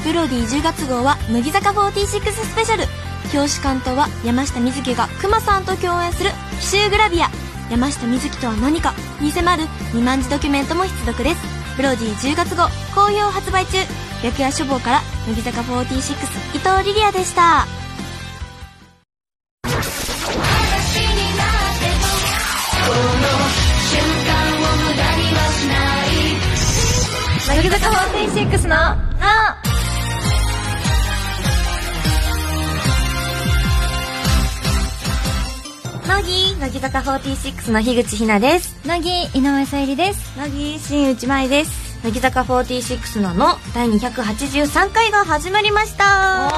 ブロディ10月号は乃木坂46スペシャル。表紙関東は山下美月がくまさんと共演する奇襲グラビア。山下美月とは何かに迫る2万字ドキュメントも必読です。ブロディ10月号好評発売中。白夜書房から乃木坂46伊藤リリアでした。乃木坂46の乃木坂46の樋口ひなです。 乃木井上さゆりです。 乃木新内舞です。乃木坂46の第283回が始まりました。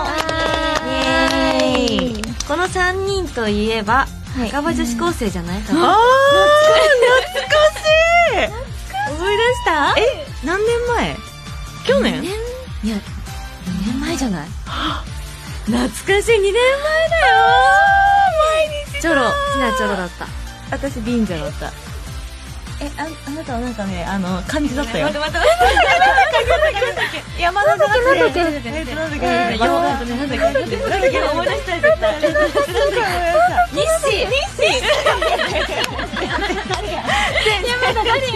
イエーイ。この3人といえば赤羽女子高生じゃない？ 懐かしい。 思い出した？ 何年前？去年？ いや、2年前じゃない？懐かしい、2年前だよ。毎日チョロ、ひなチョロだった。 私ビンジャだった。あなたはなんかね、漢字だったよ。待って。山田じゃなくて。なんだっけ。思い出したい絶対。 日誌。山田何？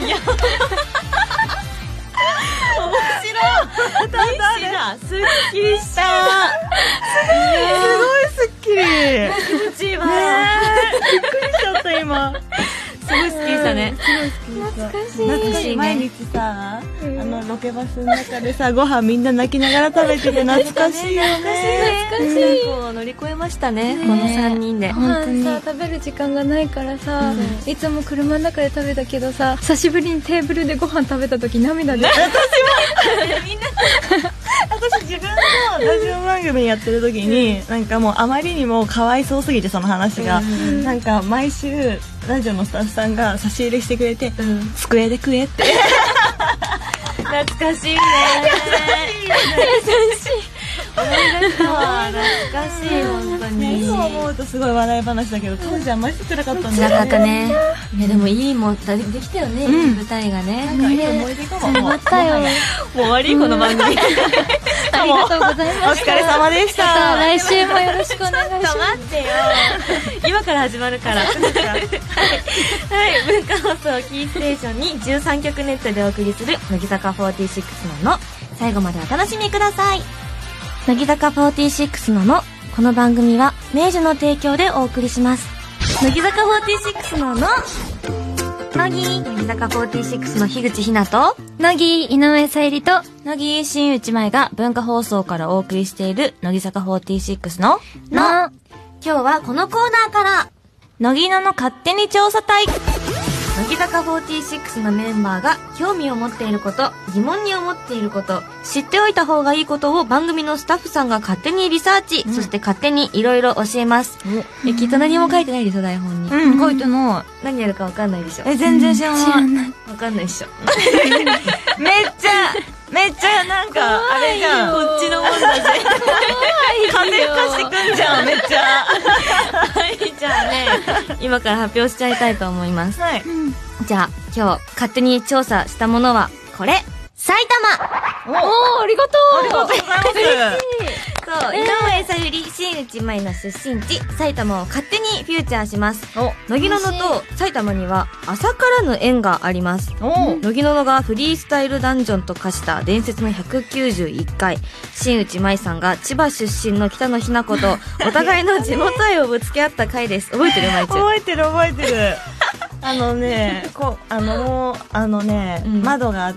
面白い。 すっきりした。すごいすっきり。 気持ちいいわ。 びっくりしちゃった今。 すごい好きでしたね。 懐かしい。毎日さ、ロケバスの中でさ、ご飯みんな泣きながら食べてて懐かしいよね。 懐かしい。乗り越えましたね、この3人で。 ご飯さ、食べる時間がないからさ、いつも車の中で食べたけどさ、久しぶりにテーブルでご飯食べた時涙出た。 私自分のラジオ番組やってる時になんかもうあまりにもかわいそうすぎてその話がなんか毎週ラジオのスタッフさんが差し入れしてくれて机で食えって懐かしいね。優しい。思い出したわ。懐かしい、本当に。 今思うとすごい笑い話だけど当時はマジ辛かったんだよね。 辛かったね。いやでもいいもんできたよね、舞台がね。 なんかいい思い出かも。 終わったよ。 もう終わり、この番組。 ありがとうございました。 お疲れ様でした。 来週もよろしくお願いします。 ちょっと待ってよ。今から始まるから。はい、文化放送キーステーションに13曲ネットでお送りする乃木坂46の最後までお楽しみください。乃木坂46のこの番組は明治の提供でお送りします。乃木坂46の乃木坂46の樋口ひなと乃木井上さゆりと乃木新内舞が文化放送からお送りしている乃木坂46の今日はこのコーナーから乃木野の勝手に調査隊。乃木坂46のメンバーが興味を持っていること、疑問に思っていること、知っておいた方がいいことを番組のスタッフさんが勝手にリサーチ、そして勝手にいろいろ教えます。きっと何も書いてないでしょ、台本に。 書いてない。 何やるかわかんないでしょ。 全然知らない。 わかんないでしょ。 めっちゃなんかあれじゃん。 こっちのもんだぜ。 風かしてくんじゃん、めっちゃ。 はい、じゃあね、今から発表しちゃいたいと思います。 はい。 じゃあ、今日、勝手に調査したものは、これ埼玉。 ありがとう。 ありがとうございます。 そう、井上さゆり、新内舞の出身地、埼玉を勝手にフューチャーします。乃木ののと埼玉には朝からぬ縁があります。乃木ののがフリースタイルダンジョンと化した伝説の191回、新内舞さんが千葉出身の北野日向子とお互いの地元愛をぶつけ合った回です。覚えてる？舞ちゃん。 覚えてる。窓があって、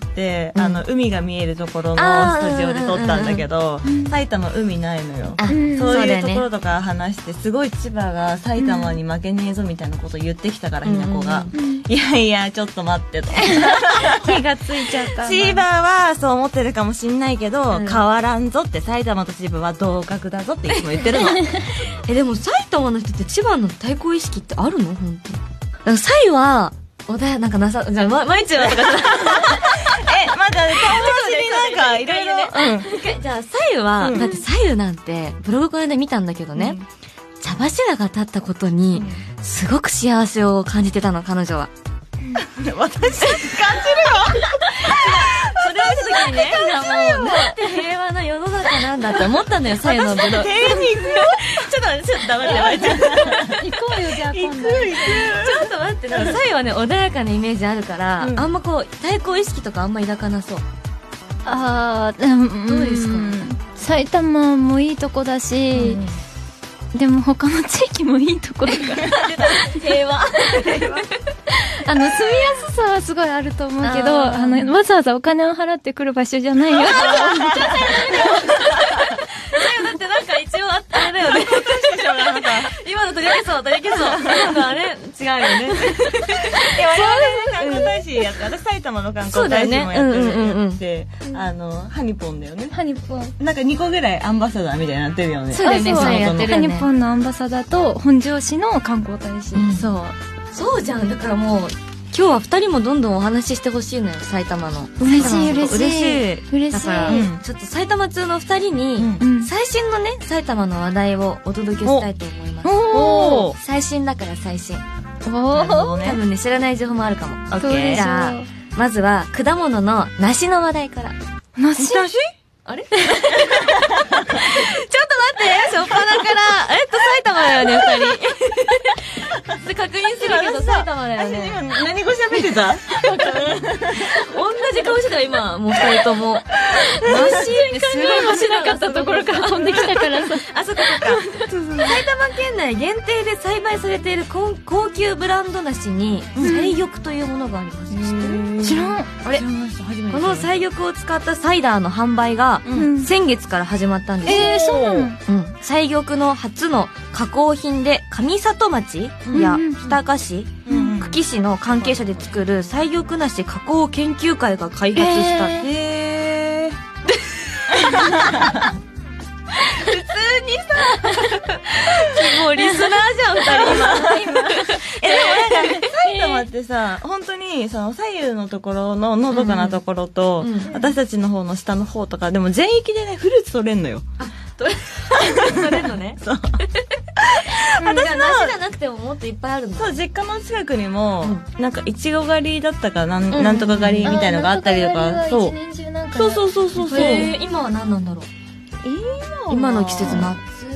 海が見えるところのスタジオで撮ったんだけど、埼玉海ないのよ。そういうところとか話して、すごい千葉が埼玉に負けねえぞみたいなこと言ってきたから、ひなこが。いやいや、ちょっと待ってと。 気がついちゃった。 千葉はそう思ってるかもしんないけど、変わらんぞって、埼玉と千葉は同格だぞっていつも言ってるの。 でも埼玉の人って千葉の対抗意識ってあるの？本当に。だからサイはなんかじゃあ毎日はとかじゃない。 まだね、友達になんかいろいろ。 じゃあサイは、だってサイなんてブログこれで見たんだけどね、茶柱が立ったことにすごく幸せを感じてたの、彼女は。 私感じるよ。 それはた時にね、もう、なんて平和な世の中なんだって思ったのよ、左右のぶどう。 庭園に行くよ。ちょっと黙って。 行こうよ、じゃあ今度。 ちょっと待って、なんか左右はね、穏やかなイメージあるから、あんまこう、対抗意識とかあんま抱かなそう。 あー、 どうですか？ 埼玉もいいとこだし、でも他の地域もいいとこだから。 平和。 住みやすさはすごいあると思うけど、わざわざお金を払ってくる場所じゃないよ。だってなんか一応あれだよね。今の取り消そう。今のあれ違うよね。 いや、我々観光大使やって、私埼玉の観光大使もやって、ハニポンだよね。 ハニポン。 なんか2個ぐらいアンバサダーみたいになってるよね。 そうだよね、 そうやってるよね。 ハニポンのアンバサダーと本庄市の観光大使。 そうじゃん。だからもう、今日は2人もどんどんお話ししてほしいのよ、埼玉の。 嬉しい。 だから、ちょっと埼玉通の2人に、最新のね、埼玉の話題をお届けしたいと思います。最新だから最新。多分ね、知らない情報もあるかも。じゃあ、まずは、果物の梨の話題から。 梨あれちょっと待って、しょっぱなから、埼玉だよね、2人。確認するけど埼玉だよね。 今何語喋ってた？ 同じ顔してたよ、今、もう2人とも。梨ってすごいもしなかったところから飛んできたからさ。 あ、そっか。埼玉県内限定で栽培されている高級ブランド梨に、彩玉というものがあります。 知らん。 あれこの彩玉を使ったサイダーの販売が、先月から始まったんですよ。 そうなの？ 彩玉の初の加工品で、上里町や日高市、久喜市の関係者で作る彩玉梨加工研究会が開発した。普通にさ、もうリスナーじゃん、2人今。 でもなんか、埼玉ってさ、本当に、その左右のところののどかなところと、私たちの方の下の方とか、でも全域でね、フルーツ取れんのよ。 取れんのね。そう。私の梨じゃなくてももっといっぱいあるんだ。 そう、実家の近くにも、なんか、いちご狩りだったか、なんとか狩りみたいのがあったりとか、そう。そう。 今は何なんだろう。今の季節、夏。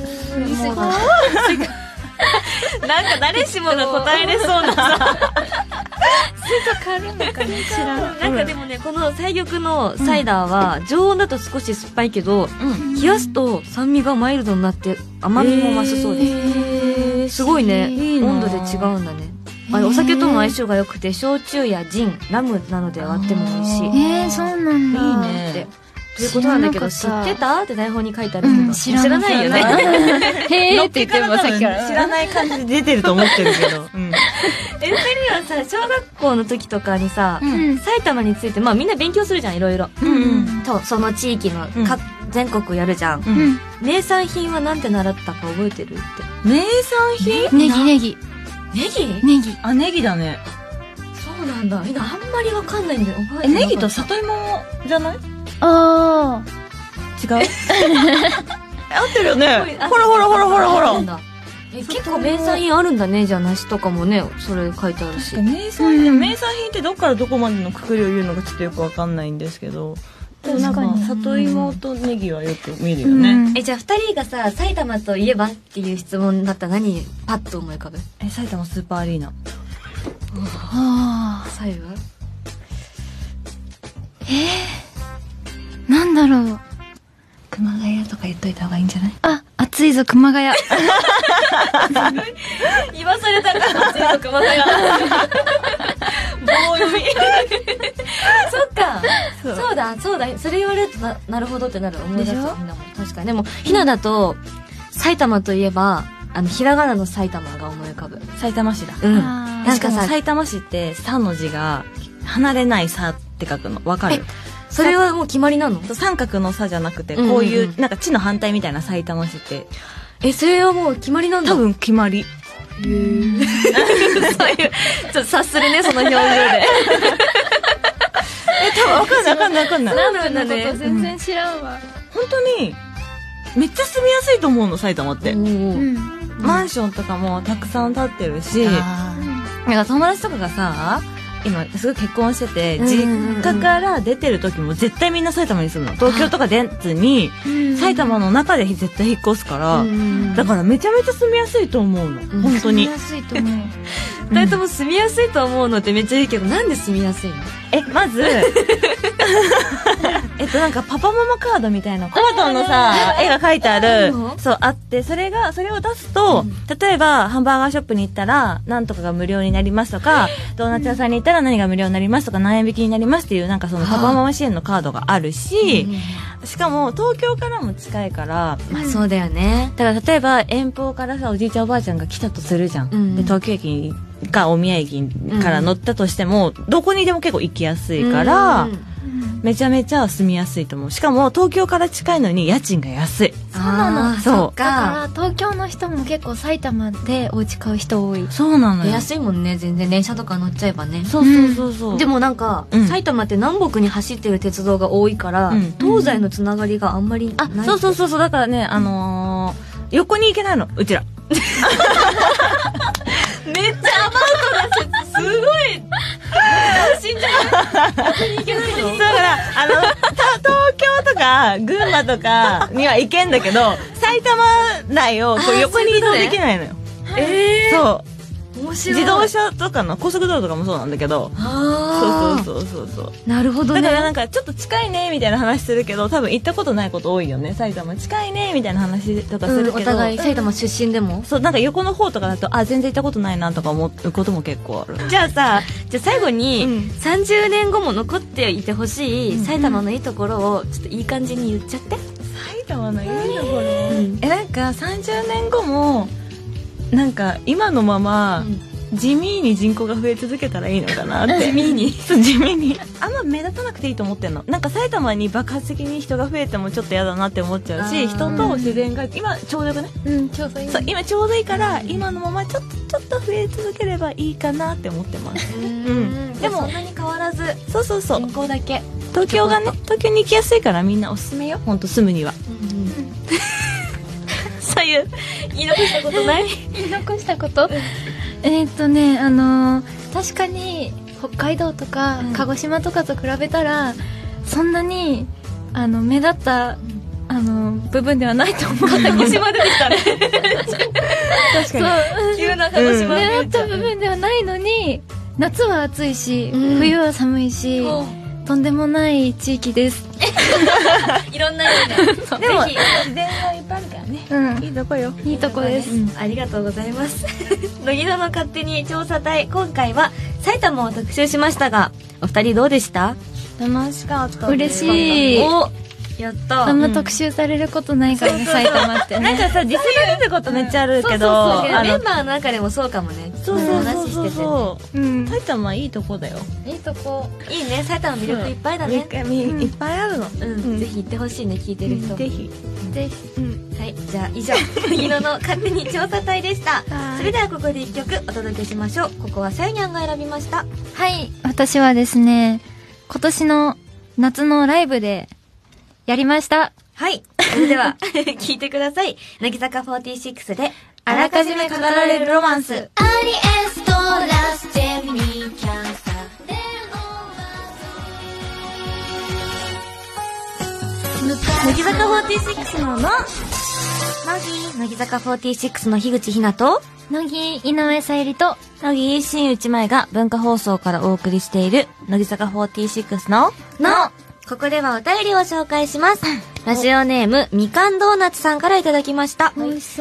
なんか誰しもが答えれそうなさ。 変わるのかね、知らん。 なんかでもね、この彩玉のサイダーは、常温だと少し酸っぱいけど、冷やすと酸味がマイルドになって甘みも増すそうです。すごいね、温度で違うんだね。あれ、お酒とも相性が良くて、焼酎やジン、ラムなどで割っても美味しい。 そうなんだ。 いいね。 ということなんだけど、知ってたって台本に書いてあるけど、知らないよね。 へーって言ってもさっきから知らない感じで出てると思ってるけど。 2人はさ、小学校の時とかにさ、埼玉について、まあみんな勉強するじゃん、いろいろ。と、その地域の全国やるじゃん。名産品はなんて習ったか覚えてるって。 名産品？ ネギ。 あ、ネギだね。 そうなんだ。あんまりわかんないんだよ。 ネギと里芋じゃない？ ああ。 違う？合ってるよね。ほら。 結構名産品あるんだね。じゃあ梨とかもね、それ書いてあるし。 名産品ってどっからどこまでのくくりを言うのかちょっとよくわかんないんですけど。なんか里芋とネギはよく見るよね。 じゃあ2人がさ、埼玉といえばっていう質問だったら何パッと思い浮かぶ？ 埼玉スーパーアリーナ。 最後？ なんだろう。 熊谷とか言っといた方がいいんじゃない？ あ、暑いぞ熊谷。 言わされたら暑いぞ熊谷。棒読み。そっか。そうだ。それ言われるとなるほどってなる。思い出すみんなも。確かに。でも、ひなだと、埼玉といえば、ひらがなの埼玉が思い浮かぶ。 埼玉市だ。 なんかさ、 埼玉市って、さの字が、離れないさって書くの。わかる？ それはもう決まりなの？ 三角のさじゃなくて、こういう、なんか地の反対みたいな埼玉市って。 それはもう決まりなんだ。 多分決まり。 そういう、ちょっと察するね、その表情で。 多分わかんない。 なんだね。全然知らんわ。 本当に、めっちゃ住みやすいと思うの、埼玉って。マンションとかもたくさん建ってるし、なんか友達とかがさ、 今すごい結婚してて、実家から出てる時も絶対みんな埼玉に住むの。東京とか出ずに埼玉の中で絶対引っ越すから、だからめちゃめちゃ住みやすいと思うの、本当に。 住みやすいと思う。 2人とも住みやすいと思うのってめっちゃいいけど、なんで住みやすいの？ まずなんかパパママカードみたいなコマトンのさ絵が描いてある、そうあって、それを出すと、例えばハンバーガーショップに行ったらなんとかが無料になりますとか、ドーナツ屋さんに行ったら何が無料になりますとか、何円引きになりますっていう、なんかそのパパママ支援のカードがあるし、しかも東京からも近いから、 まあそうだよね。 だから例えば遠方からさ、おじいちゃんおばあちゃんが来たとするじゃん、で東京駅か大宮駅から乗ったとしても、どこにでも結構行きやすいから、めちゃめちゃ住みやすいと思う。しかも東京から近いのに家賃が安い。 そうなの。 そうだから東京の人も結構埼玉でお家買う人多い。 そうなのよ。 安いもんね、全然電車とか乗っちゃえばね。 そう。 でもなんか、埼玉って南北に走ってる鉄道が多いから、東西のつながりがあんまりない。 そうだからね、横に行けないの、うちら。 めっちゃアバウトだし、すごい死んじゃう。横に行けないの。 だから東京とか群馬とかには行けんだけど、埼玉内をこう横に移動できないのよ。そう。 面白い。 自動車とかの高速道路とかもそうなんだけど、そうなるほどね。 だからなんかちょっと近いねみたいな話するけど、多分行ったことないこと多いよね。埼玉近いねみたいな話とかするけど、 お互い埼玉出身でも、 そう、なんか横の方とかだと全然行ったことないなとか思うことも結構ある。 じゃあ最後に、30年後も残っていてほしい埼玉のいいところをちょっといい感じに言っちゃって。 埼玉のいいところ、なんか30年後もなんか今のまま、地味に人口が増え続けたらいいのかなって。 地味にあんま目立たなくていいと思ってんの。なんか埼玉に爆発的に人が増えてもちょっと嫌だなって思っちゃうし、人と自然が今ちょうどよくね、 ちょうどいい。 そう、今ちょうどいいから、今のままちょっと増え続ければいいかなって思ってます。 でもそんなに変わらず、 そう人口だけ。 東京に行きやすいからみんなおすすめよ、ほんと住むには。そういう言い残したことない？ 言い残したこと？確かに北海道とか鹿児島とかと比べたら、そんなに目立った部分ではないと思う。 鹿児島出てきたね。 確かに。 急な鹿児島。 目立った部分ではないのに、夏は暑いし、冬は寒いし、とんでもない地域です。 いろんな意味で。 でも自然がいっぱいあるからね。いいとこよ。 いいとこです。 ありがとうございます。乃木野の勝手に調査隊、今回は埼玉を特集しましたが、お二人どうでした？ 楽しかった。 嬉しい。 やった。 あんま特集されることないからね、埼玉ってね。 なんかさ、実際に出ることめっちゃあるけど、 メンバーの中でもそうかもね。話しててね。 埼玉いいとこだよ。 いいとこ。いいね、埼玉魅力いっぱいだね。 いっぱいあるの。 ぜひ行ってほしいね、聞いてる人。 ぜひ。 はい、じゃあ以上、乃木野の勝手に調査隊でした。それではここで一曲お届けしましょう。ここはさゆにゃんが選びました。 はい、私はですね、今年の夏のライブでやりました。 はい。それでは、聞いてください。乃木坂46で、あらかじめ語られるロマンス。アリエストラスジェミーキャンサー。乃木坂46の乃木坂46の樋口ひなと、 乃木井上さゆりと、 乃木新内前が文化放送からお送りしている、乃木坂46のここではお便りを紹介します。ラジオネーム、みかんドーナツさんからいただきました。 美味しそう。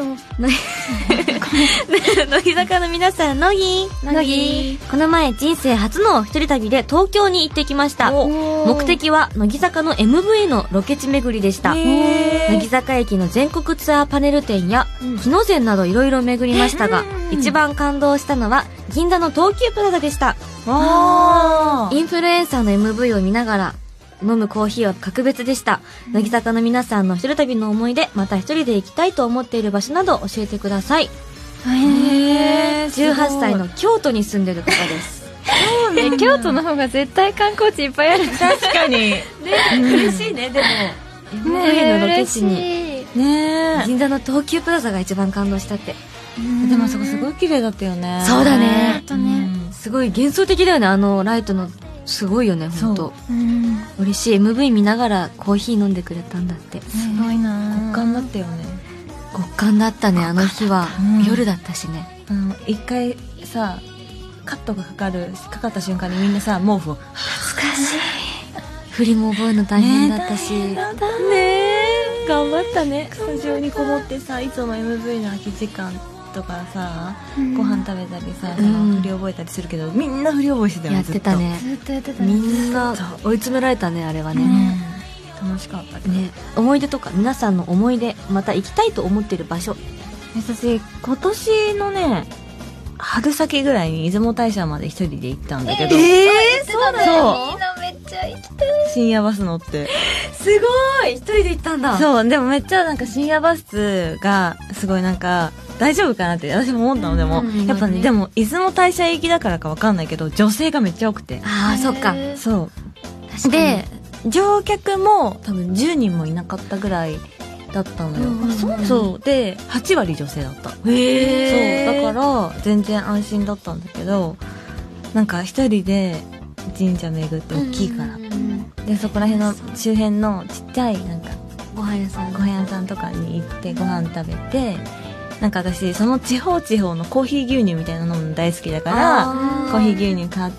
乃木坂の皆さん、乃木。この前、人生初の一人旅で東京に行ってきました。目的は、乃木坂の MV のロケ地巡りでした。乃木坂駅の全国ツアーパネル展や、日野膳などいろいろ巡りましたが、一番感動したのは、銀座の東急プラザでした。インフルエンサーの MV を見ながら、飲むコーヒーは格別でした。乃木坂の皆さんの一人旅の思い出、また一人で行きたいと思っている場所など教えてください。18歳の京都に住んでる方です。 京都の方が絶対観光地いっぱいある。 確かに。 ね、嬉しいね、でも。MV のロケ地に。銀座の東急プラザが一番感動したって。 でもそこすごい綺麗だったよね。 そうだね。 すすごい幻想的だよね、あのライトの。すごいよね、ほんと。嬉しい。MV 見ながらコーヒー飲んでくれたんだって。 すごいな。 極寒だったよね。 極寒だったね、あの日は。夜だったしね。 一回さ、カットがかかった瞬間にみんなさ、毛布を。 懐かしい。振りも覚えるの大変だったし。ねえ、頑張ったね。スタジオにこもってさ、いつも MV の空き時間とかさ、ご飯食べたりさ、振り覚えたりするけど、みんな振り覚えしてたよね。 やってたね。 ずっとやってたね。 みんな追い詰められたね、あれはね。 楽しかったね。思い出とか、皆さんの思い出、また行きたいと思っている場所。 私、今年のね、春先ぐらいに出雲大社まで一人で行ったんだけど。 そうなの？いいな、めっちゃ行きたい。 深夜バス乗って。 すごい！一人で行ったんだ。 そう、でもめっちゃなんか深夜バスが、すごいなんか、大丈夫かなって私も思ったの。でも、やっぱね、でも、出雲大社行きだからかわかんないけど、女性がめっちゃ多くて。 ああ、そっか。 そう。で、乗客も多分10人もいなかったぐらいだったのよ。そう。で、8割女性だった。そう。だから、全然安心だったんだけど、なんか一人で神社巡って大きいから。で、そこら辺の周辺のちっちゃいなんか、ご飯屋さんとかに行ってご飯食べて、なんか私、その地方のコーヒー牛乳みたいなのも大好きだから、コーヒー牛乳買って、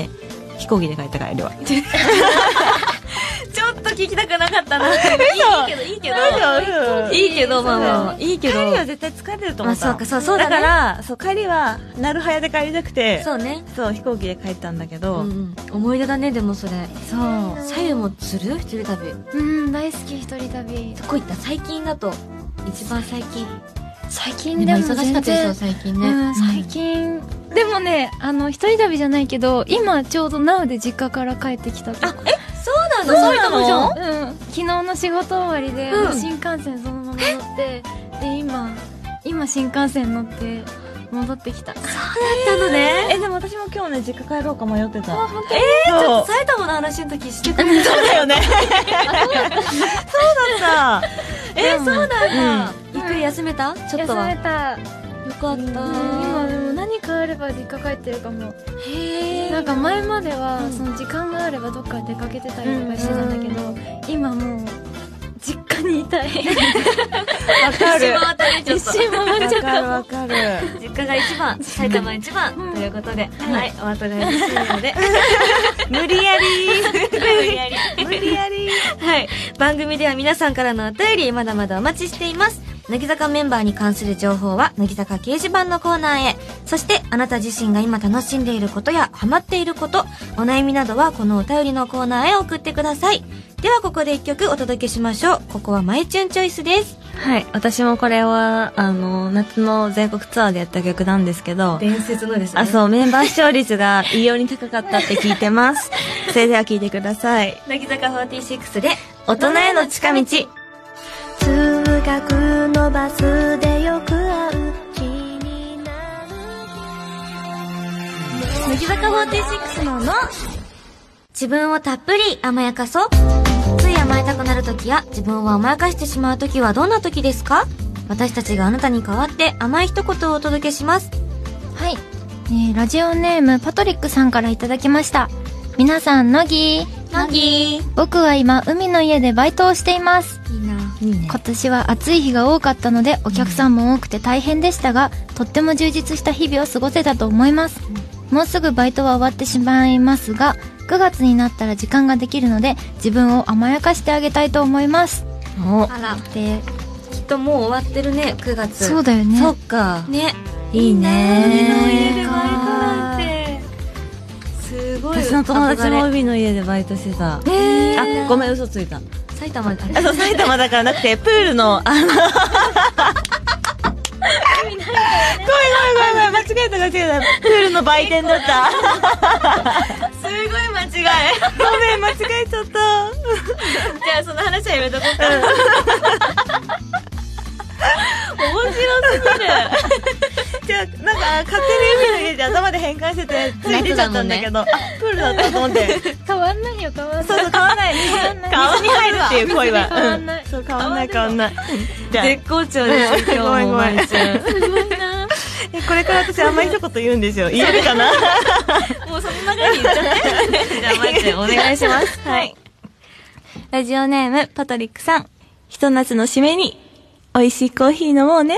飛行機で帰った帰るわ。 ちょっと聞きたくなかったな。いいけど、まあ、いいけど。 帰りは絶対疲れると思った。 まあ、そうだから、帰りは、なるはやで帰りたくて、 そうね。 そう、飛行機で帰ったんだけど、 思い出だね、でもそれ。 そう。 左右もする？一人旅。 大好き、一人旅。 どこ行った？最近だと、一番最近。 最近でも忙しかったでしょ、最近ね。 最近。でもね、一人旅じゃないけど、今ちょうどナウで実家から帰ってきたと。 そうなの？そうなのじゃん。 昨日の仕事終わりで、新幹線そのまま乗って、で、今新幹線乗って戻ってきた。そうだったのね。 でも私も今日ね、実家帰ろうか迷ってた。 ちょっと埼玉の話の時してたね。 そうだよね。そうだった。 そうなんだ。ゆっくり休めた？ちょっとは。 休めた。 よかった。 今でも何かあれば実家帰ってるかも。なんか前までは、その時間があればどっか出かけてたりとかしてたんだけど、今もう、実家にいたい。 わかる。 一周回っちゃった。 わかる。 実家が一番、埼玉一番、ということで、はい、お後がよろしいので。 無理やり。 はい。番組では皆さんからのお便り、まだまだお待ちしています。乃木坂メンバーに関する情報は、乃木坂掲示板のコーナーへ。そして、あなた自身が今楽しんでいることや、ハマっていること、お悩みなどは、このお便りのコーナーへ送ってください。では、ここで一曲お届けしましょう。ここはマイチュンチョイスです。 はい。私もこれは、夏の全国ツアーでやった曲なんですけど。 伝説のですね。 そう、メンバー視聴率が異様に高かったって聞いてます。それでは聞いてください。 乃木坂46で、 大人への近道。 通学のバスでよく会う気になる。 乃木坂46の自分をたっぷり甘やかそう。つい甘えたくなる時や自分を甘やかしてしまう時はどんな時ですか？私たちがあなたに代わって甘い一言をお届けします。 はい。ラジオネームパトリックさんからいただきました。皆さん、乃木。僕は今、海の家でバイトをしています。 いいな。 いいね。 今年は暑い日が多かったので、お客さんも多くて大変でしたが、とっても充実した日々を過ごせたと思います。もうすぐバイトは終わってしまいますが、9月になったら時間ができるので、自分を甘やかしてあげたいと思います。 あら。で、きっともう終わってるね、9月。 そうだよね。 そっか。 ね。 いいね。 海の家でバイトなんて。すごい。 私の友達も海の家でバイトしてた。ごめん、嘘ついた。 埼玉で。 そう、埼玉だからなくて、プールの、ごめん、間違えた。プールの売店だった。 すごい間違い。 ごめん、間違えちゃった。 じゃあ、その話はやめとこうか。面白すぎる。 じゃあ、なんか、勝手に海の家で頭で変換してて、ついてちゃったんだけど、プールだったと思って。 変わんないよ、変わんない。 そう、変わんない。水に入るっていう恋は。 変わんない。 そう、変わんない。じゃあ、 絶好調ですよ、今日も。 ごめん。 すごいな。 これから私甘い一言言うんですよ。言えるかな。 もうその流れに言っちゃってじゃあまずお願いします。 はい。ラジオネームパトリックさん。ひと夏の締めに美味しいコーヒー飲もうね。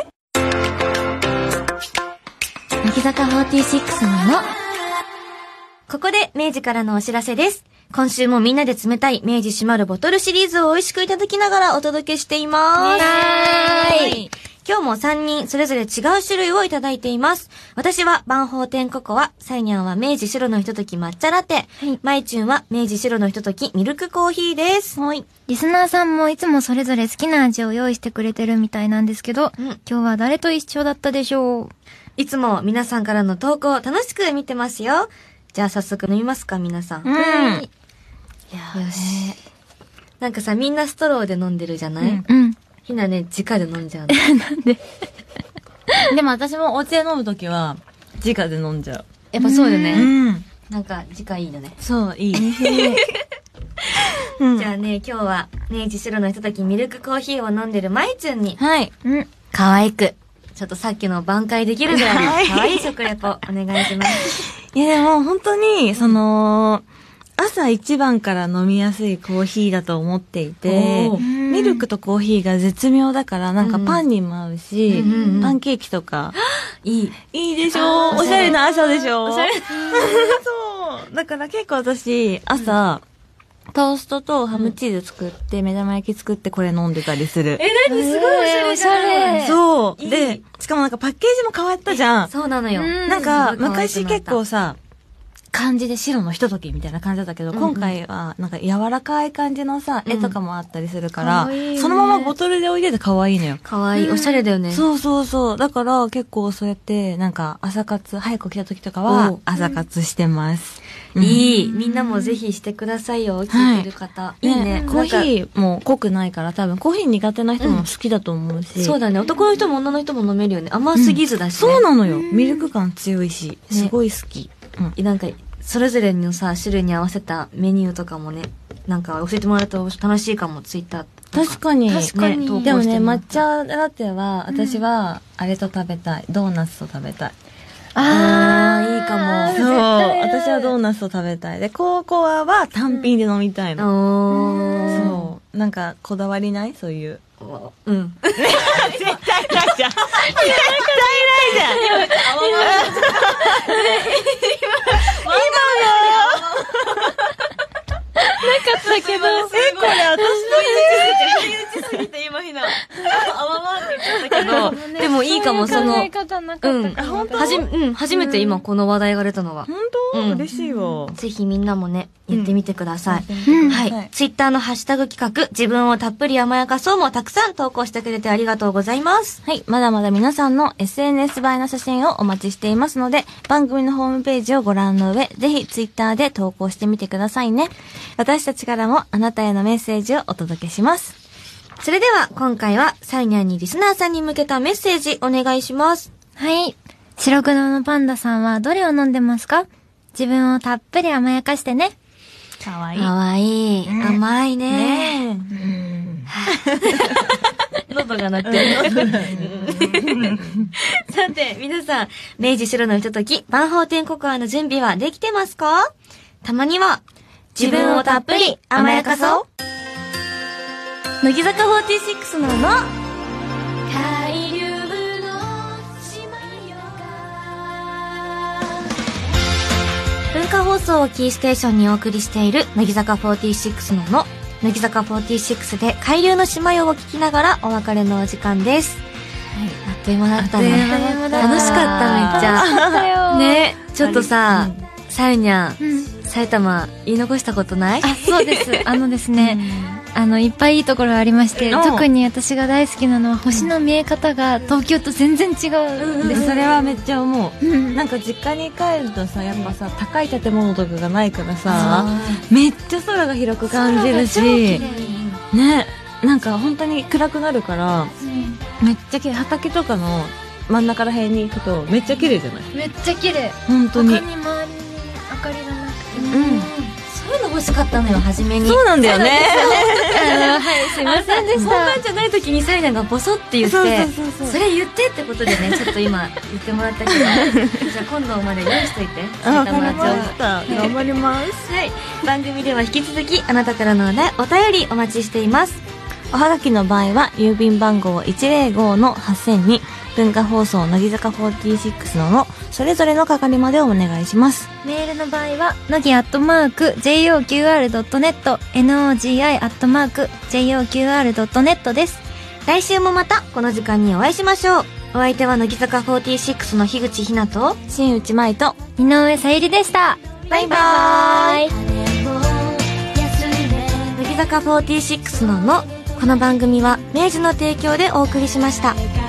乃木坂46のここで明治からのお知らせです。今週もみんなで冷たい明治閉まるボトルシリーズを美味しくいただきながらお届けしています。今日も3人それぞれ違う種類をいただいています。私は万宝天ココア、サイニャンは明治白のひととき抹茶ラテ、マイチュンは明治白のひとときミルクコーヒーです。はい。 リスナーさんもいつもそれぞれ好きな味を用意してくれてるみたいなんですけど、今日は誰と一緒だったでしょう？ いつも皆さんからの投稿楽しく見てますよ。じゃあ早速飲みますか、皆さん。よし。なんかさ、みんなストローで飲んでるじゃない？ひなね、直で飲んじゃうの。 なんで？ でも私もお茶飲むときは、直で飲んじゃう。 やっぱそうよね。なんか、直いいのね。 そう、いい。じゃあね、今日は、明治白のひとときミルクコーヒーを飲んでるまいちゅんに、 はい。 可愛く、ちょっとさっきの挽回できるぐらいに、可愛い食レポ、お願いします。 いや、でも本当に、朝一番から飲みやすいコーヒーだと思っていて、ミルクとコーヒーが絶妙だから、なんかパンにも合うし、パンケーキとか。いいでしょ？おしゃれな朝でしょ？おしゃれ。そう。だから結構私、朝、トーストとハムチーズ作って、目玉焼き作ってこれ飲んでたりする。 何すごいおしゃれ。 そう。で、しかもなんかパッケージも変わったじゃん。 そうなのよ。 なんか、昔結構さ、漢字で白のひとときみたいな感じだったけど、今回はなんか柔らかい感じのさ、絵とかもあったりするから、そのままボトルで置いてて可愛いのよ。 可愛い。おしゃれだよね。 そうそうそう。だから結構そうやって、なんか朝活、早く起きた時とかは朝活してます。 いい。みんなもぜひしてくださいよ、聞いてる方。いいね。 コーヒーも濃くないから多分コーヒー苦手な人も好きだと思うし。 そうだね。男の人も女の人も飲めるよね。甘すぎずだし。 そうなのよ。ミルク感強いし、すごい好き。 なんか、それぞれのさ、種類に合わせたメニューとかもね、なんか教えてもらうと楽しいかも、ツイッター。 確かに。 確かに。 でもね、抹茶ラテは、私は、あれと食べたい。ドーナツと食べたい。 あー、いいかも。 そう。私はドーナツと食べたい。で、ココアは単品で飲みたいの。そう。なんか、こだわりないそういう。 絶対ないじゃん。絶対ないじゃん。 なかったけど。 これ私の打ちすぎて今ひな。あわわって言っちゃったけど。でもいいかも、その。初めて今この話題が出たのは。 本当？嬉しいわ。 ぜひみんなもね、言ってみてください。はい。ツイッターのハッシュタグ企画、自分をたっぷり甘やかそうもたくさん投稿してくれてありがとうございます。 はい。まだまだ皆さんの SNS 映えの写真をお待ちしていますので、番組のホームページをご覧の上、ぜひツイッターで投稿してみてくださいね。私たちからもあなたへのメッセージをお届けします。 それでは今回はサイニャンにリスナーさんに向けたメッセージお願いします。 はい。白黒のパンダさんはどれを飲んでますか？自分をたっぷり甘やかしてね。 かわいい。 かわいい。甘いね。喉が鳴ってる。さて、皆さん、明治白のひととき、万宝天ココアの準備はできてますか？たまには、自分をたっぷり甘やかそう。乃木坂46の海流の島よ文化放送をキーステーションにお送りしている乃木坂46の乃木坂46で海流の島よを聞きながらお別れのお時間です。はい、あっという間だったね。楽しかっためっちゃ。ね、ちょっとさ、さゆにゃん、埼玉言い残したことない？ あ、そうです。ですね、いっぱいいいところありまして、特に私が大好きなのは星の見え方が東京と全然違うんです。 それはめっちゃ思う。なんか実家に帰るとさ、やっぱさ、高い建物とかがないからさ、めっちゃ空が広く感じるし、ね、なんか本当に暗くなるから、めっちゃ綺麗。畑とかの真ん中ら辺に行くとめっちゃ綺麗じゃない？ めっちゃ綺麗。 本当に。 他に周りに明かりがなくて。 そういうの欲しかったのよ、初めに。 そうなんだよね。 はい、すいませんでした。 本番じゃない時にサイダンがボソって言って、それ言ってってことでね、ちょっと今言ってもらったけど、じゃあ今度まで用意しといて。 わかりました。頑張ります。 はい。番組では引き続きあなたからのお便りお待ちしています。おはがきの場合は郵便番号 105-8000 に文化放送乃木坂46のそれぞれの係までお願いします。 メールの場合は乃木@joqr.net nogi@joqr.net です。 来週もまたこの時間にお会いしましょう。お相手は乃木坂46の樋口ひなと新内舞と井上さゆりでした。 バイバーイ。乃木坂46のこの番組は明治の提供でお送りしました。